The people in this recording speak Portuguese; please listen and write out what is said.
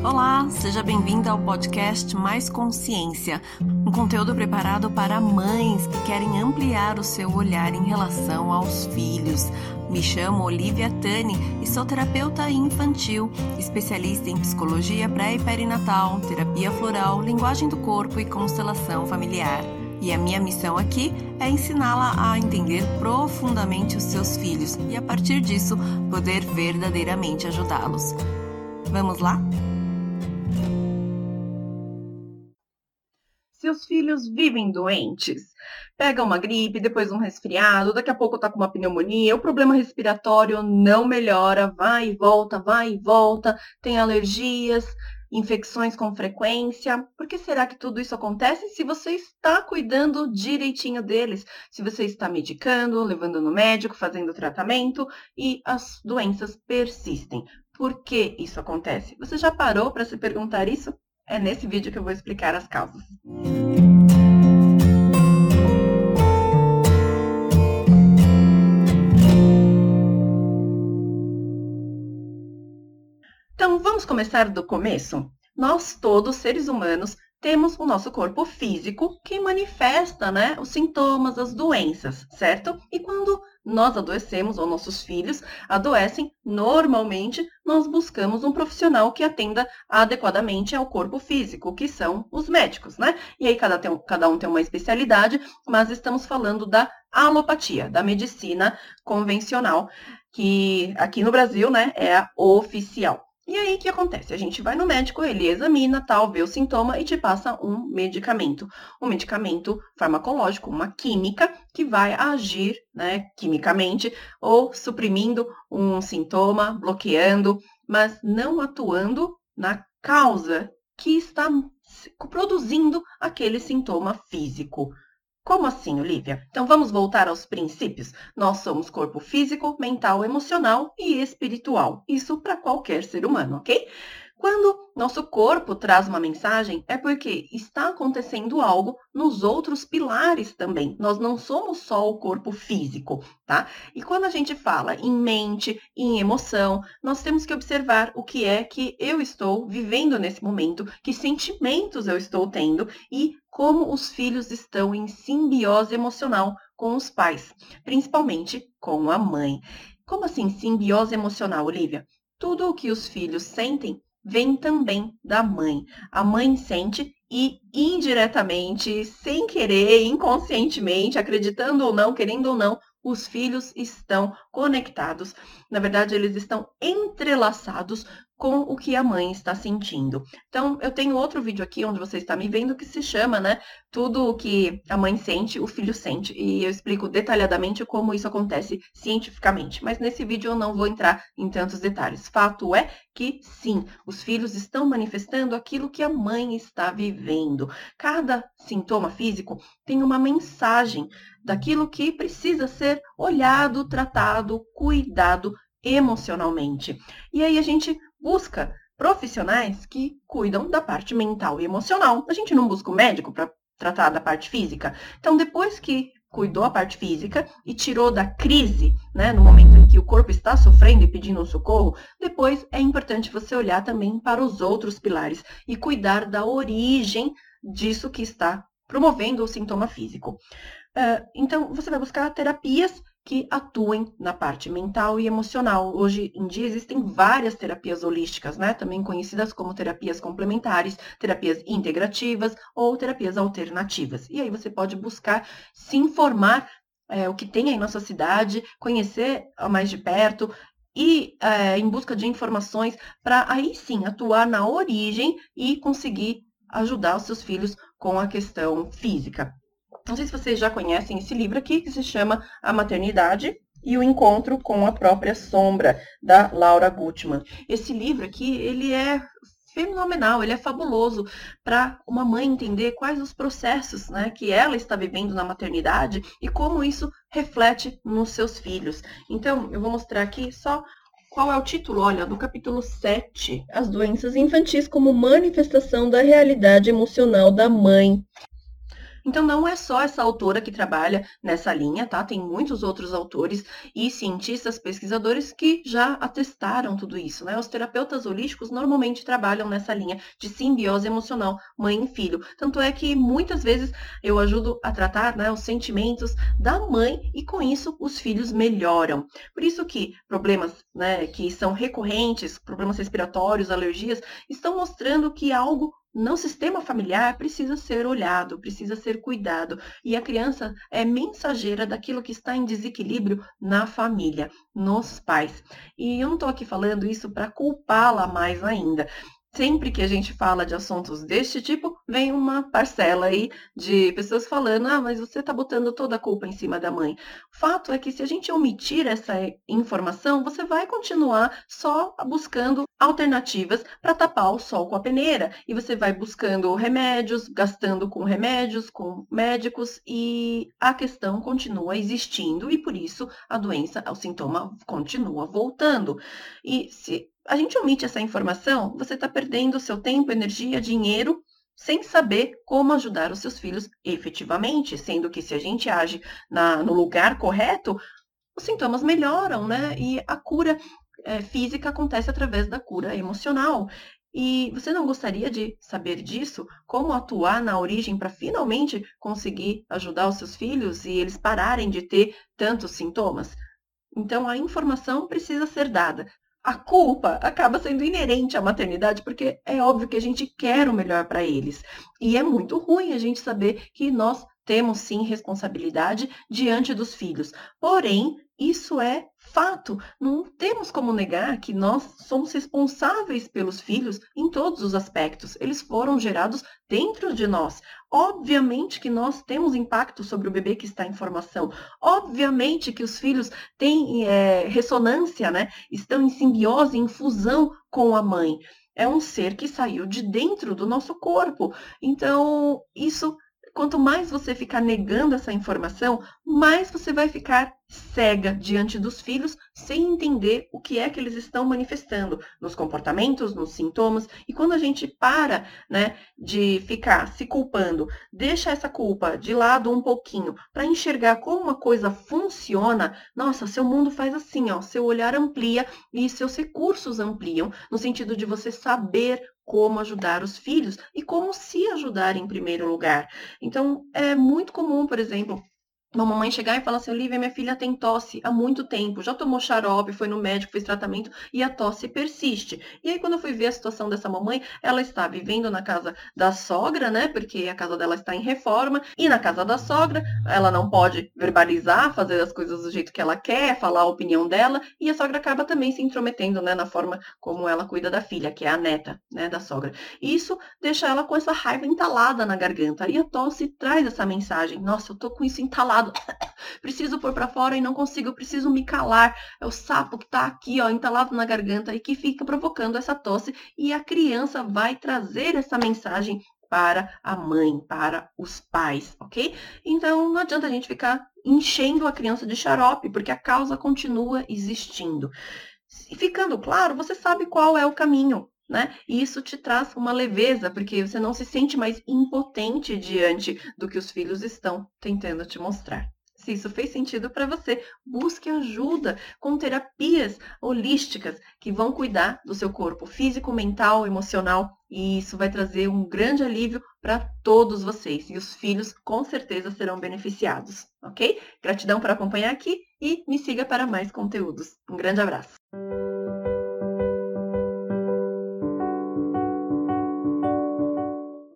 Olá, seja bem-vinda ao podcast Mais Consciência, um conteúdo preparado para mães que querem ampliar o seu olhar em relação aos filhos. Me chamo Olivia Tani e sou terapeuta infantil, especialista em psicologia pré e perinatal, terapia floral, linguagem do corpo e constelação familiar. E a minha missão aqui é ensiná-la a entender profundamente os seus filhos e, a partir disso, poder verdadeiramente ajudá-los. Vamos lá? Seus filhos vivem doentes. Pega uma gripe, depois um resfriado, daqui a pouco tá com uma pneumonia, o problema respiratório não melhora, vai e volta, tem alergias, infecções com frequência. Por que será que tudo isso acontece se você está cuidando direitinho deles? Se você está medicando, levando no médico, fazendo tratamento e as doenças persistem. Por que isso acontece? Você já parou para se perguntar isso? É nesse vídeo que eu vou explicar as causas. Então, vamos começar do começo? Nós, todos, seres humanos, temos o nosso corpo físico que manifesta, os sintomas, as doenças, certo? E quando nós adoecemos, ou nossos filhos adoecem, normalmente nós buscamos um profissional que atenda adequadamente ao corpo físico, que são os médicos, E aí cada um tem uma especialidade, mas estamos falando da alopatia, da medicina convencional, que aqui no Brasil, é a oficial. E aí, o que acontece? A gente vai no médico, ele examina, vê o sintoma e te passa um medicamento. Um medicamento farmacológico, uma química, que vai agir, quimicamente, ou suprimindo um sintoma, bloqueando, mas não atuando na causa que está produzindo aquele sintoma físico. Como assim, Olivia? Então, vamos voltar aos princípios. Nós somos corpo físico, mental, emocional e espiritual. Isso para qualquer ser humano, ok? Quando nosso corpo traz uma mensagem, é porque está acontecendo algo nos outros pilares também. Nós não somos só o corpo físico, tá? E quando a gente fala em mente, em emoção, nós temos que observar o que é que eu estou vivendo nesse momento, que sentimentos eu estou tendo e como os filhos estão em simbiose emocional com os pais, principalmente com a mãe. Como assim simbiose emocional, Olivia? Tudo o que os filhos sentem vem também da mãe. A mãe sente e indiretamente, sem querer, inconscientemente, acreditando ou não, querendo ou não, os filhos estão conectados. Na verdade, eles estão entrelaçados com o que a mãe está sentindo. Então, eu tenho outro vídeo aqui onde você está me vendo que se chama, Tudo o que a mãe sente, o filho sente. E eu explico detalhadamente como isso acontece cientificamente. Mas nesse vídeo eu não vou entrar em tantos detalhes. Fato é que, sim, os filhos estão manifestando aquilo que a mãe está vivendo. Cada sintoma físico tem uma mensagem daquilo que precisa ser olhado, tratado, cuidado emocionalmente. E aí a gente busca profissionais que cuidam da parte mental e emocional. A gente não busca o médico para tratar da parte física. Então, depois que cuidou a parte física e tirou da crise, no momento em que o corpo está sofrendo e pedindo um socorro, depois é importante você olhar também para os outros pilares e cuidar da origem disso que está promovendo o sintoma físico. Então, você vai buscar terapias que atuem na parte mental e emocional. Hoje em dia existem várias terapias holísticas, também conhecidas como terapias complementares, terapias integrativas ou terapias alternativas. E aí você pode buscar se informar o que tem aí na sua cidade, conhecer mais de perto e em busca de informações para aí sim atuar na origem e conseguir ajudar os seus filhos com a questão física. Não sei se vocês já conhecem esse livro aqui, que se chama A Maternidade e o Encontro com a Própria Sombra, da Laura Gutman. Esse livro aqui, ele é fenomenal, ele é fabuloso para uma mãe entender quais os processos que ela está vivendo na maternidade e como isso reflete nos seus filhos. Então, eu vou mostrar aqui só qual é o título, olha, do capítulo 7, As Doenças Infantis como Manifestação da Realidade Emocional da Mãe. Então, não é só essa autora que trabalha nessa linha, tá? Tem muitos outros autores e cientistas, pesquisadores que já atestaram tudo isso, né? Os terapeutas holísticos normalmente trabalham nessa linha de simbiose emocional mãe e filho. Tanto é que muitas vezes eu ajudo a tratar, né, os sentimentos da mãe e com isso os filhos melhoram. Por isso que problemas, né, que são recorrentes, problemas respiratórios, alergias, estão mostrando que algo no sistema familiar precisa ser olhado, precisa ser cuidado. E a criança é mensageira daquilo que está em desequilíbrio na família, nos pais. E eu não estou aqui falando isso para culpá-la mais ainda. Sempre que a gente fala de assuntos deste tipo, vem uma parcela aí de pessoas falando: ah, mas você está botando toda a culpa em cima da mãe. O fato é que se a gente omitir essa informação, você vai continuar só buscando alternativas para tapar o sol com a peneira. E você vai buscando remédios, gastando com remédios, com médicos, e a questão continua existindo e por isso a doença, o sintoma continua voltando. E se a gente omite essa informação, você está perdendo seu tempo, energia, dinheiro, sem saber como ajudar os seus filhos efetivamente, sendo que se a gente age no lugar correto, os sintomas melhoram, né? E a cura física acontece através da cura emocional. E você não gostaria de saber disso? Como atuar na origem para finalmente conseguir ajudar os seus filhos e eles pararem de ter tantos sintomas? Então, a informação precisa ser dada. A culpa acaba sendo inerente à maternidade, porque é óbvio que a gente quer o melhor para eles. E é muito ruim a gente saber que nós temos sim responsabilidade diante dos filhos. Porém, isso é fato. Não temos como negar que nós somos responsáveis pelos filhos em todos os aspectos. Eles foram gerados dentro de nós. Obviamente que nós temos impacto sobre o bebê que está em formação. Obviamente que os filhos têm ressonância, né? Estão em simbiose, em fusão com a mãe. É um ser que saiu de dentro do nosso corpo. Então, isso, quanto mais você ficar negando essa informação, mais você vai ficar cega diante dos filhos, sem entender o que é que eles estão manifestando nos comportamentos, nos sintomas. E quando a gente para, né, de ficar se culpando, deixa essa culpa de lado um pouquinho, para enxergar como uma coisa funciona, nossa, seu mundo faz assim, ó, seu olhar amplia e seus recursos ampliam, no sentido de você saber como ajudar os filhos e como se ajudar em primeiro lugar. Então, é muito comum, por exemplo, uma mamãe chegar e falar assim: Olivia, minha filha tem tosse há muito tempo, já tomou xarope, foi no médico, fez tratamento e a tosse persiste. E aí, quando eu fui ver a situação dessa mamãe, ela está vivendo na casa da sogra, né? Porque a casa dela está em reforma, e na casa da sogra, ela não pode verbalizar, fazer as coisas do jeito que ela quer, falar a opinião dela, e a sogra acaba também se intrometendo, né, na forma como ela cuida da filha, que é a neta, né, da sogra. E isso deixa ela com essa raiva entalada na garganta. E a tosse traz essa mensagem: nossa, eu tô com isso entalado, preciso pôr para fora e não consigo, eu preciso me calar. É o sapo que está aqui, ó, entalado na garganta e que fica provocando essa tosse, e a criança vai trazer essa mensagem para a mãe, para os pais, ok? Então não adianta a gente ficar enchendo a criança de xarope, porque a causa continua existindo. E ficando claro, você sabe qual é o caminho, né? E isso te traz uma leveza, porque você não se sente mais impotente diante do que os filhos estão tentando te mostrar. Se isso fez sentido para você, busque ajuda com terapias holísticas que vão cuidar do seu corpo físico, mental, emocional, e isso vai trazer um grande alívio para todos vocês. E os filhos com certeza serão beneficiados, ok? Gratidão por acompanhar aqui e me siga para mais conteúdos. Um grande abraço!